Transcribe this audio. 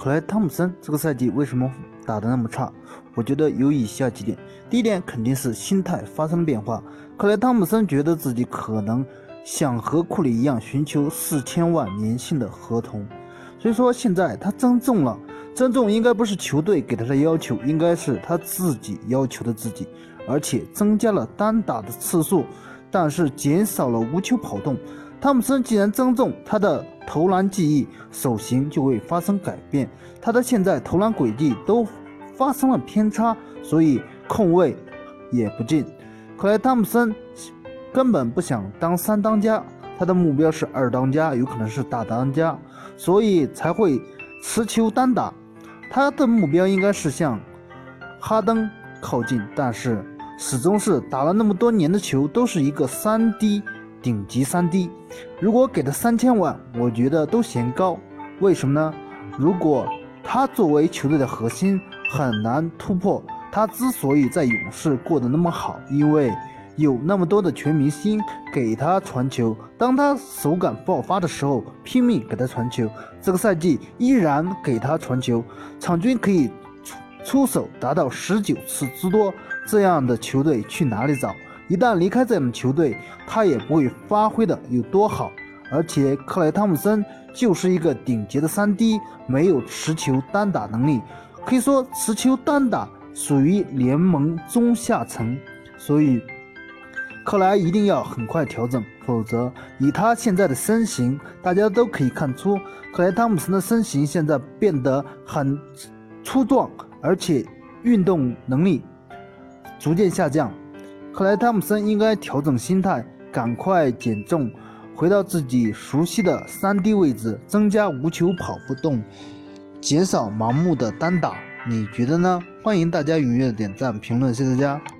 克莱·汤普森这个赛季为什么打得那么差？我觉得有以下几点。第一点肯定是心态发生了变化。克莱·汤普森觉得自己可能想和库里一样寻求4000万年薪的合同，所以说现在他增重了。增重应该不是球队给他的要求，应该是他自己要求的自己，而且增加了单打的次数，但是减少了无球跑动。汤普森既然增重，他的投篮技艺、手型就会发生改变，他的现在投篮轨迹都发生了偏差，所以控卫也不进。克莱·汤普森根本不想当3当家，他的目标是2当家，有可能是大当家，所以才会持球单打。他的目标应该是向哈登靠近，但是始终是打了那么多年的球都是一个3D 顶级3D， 如果给他3000万，我觉得都嫌高。为什么呢？如果他作为球队的核心，很难突破。他之所以在勇士过得那么好，因为有那么多的全明星给他传球，当他手感爆发的时候，拼命给他传球。这个赛季依然给他传球，场均可以出手达到19次之多，这样的球队去哪里找？一旦离开这样的球队，他也不会发挥的有多好。而且克莱·汤普森就是一个顶级的3D， 没有持球单打能力，可以说持球单打属于联盟中下层，所以克莱一定要很快调整，否则以他现在的身形，大家都可以看出克莱·汤普森的身形现在变得很粗壮，而且运动能力逐渐下降。克莱·汤普森应该调整心态，赶快减重，回到自己熟悉的3D 位置，增加无球跑不动，减少盲目的单打。你觉得呢？欢迎大家踊跃点赞评论，谢谢大家。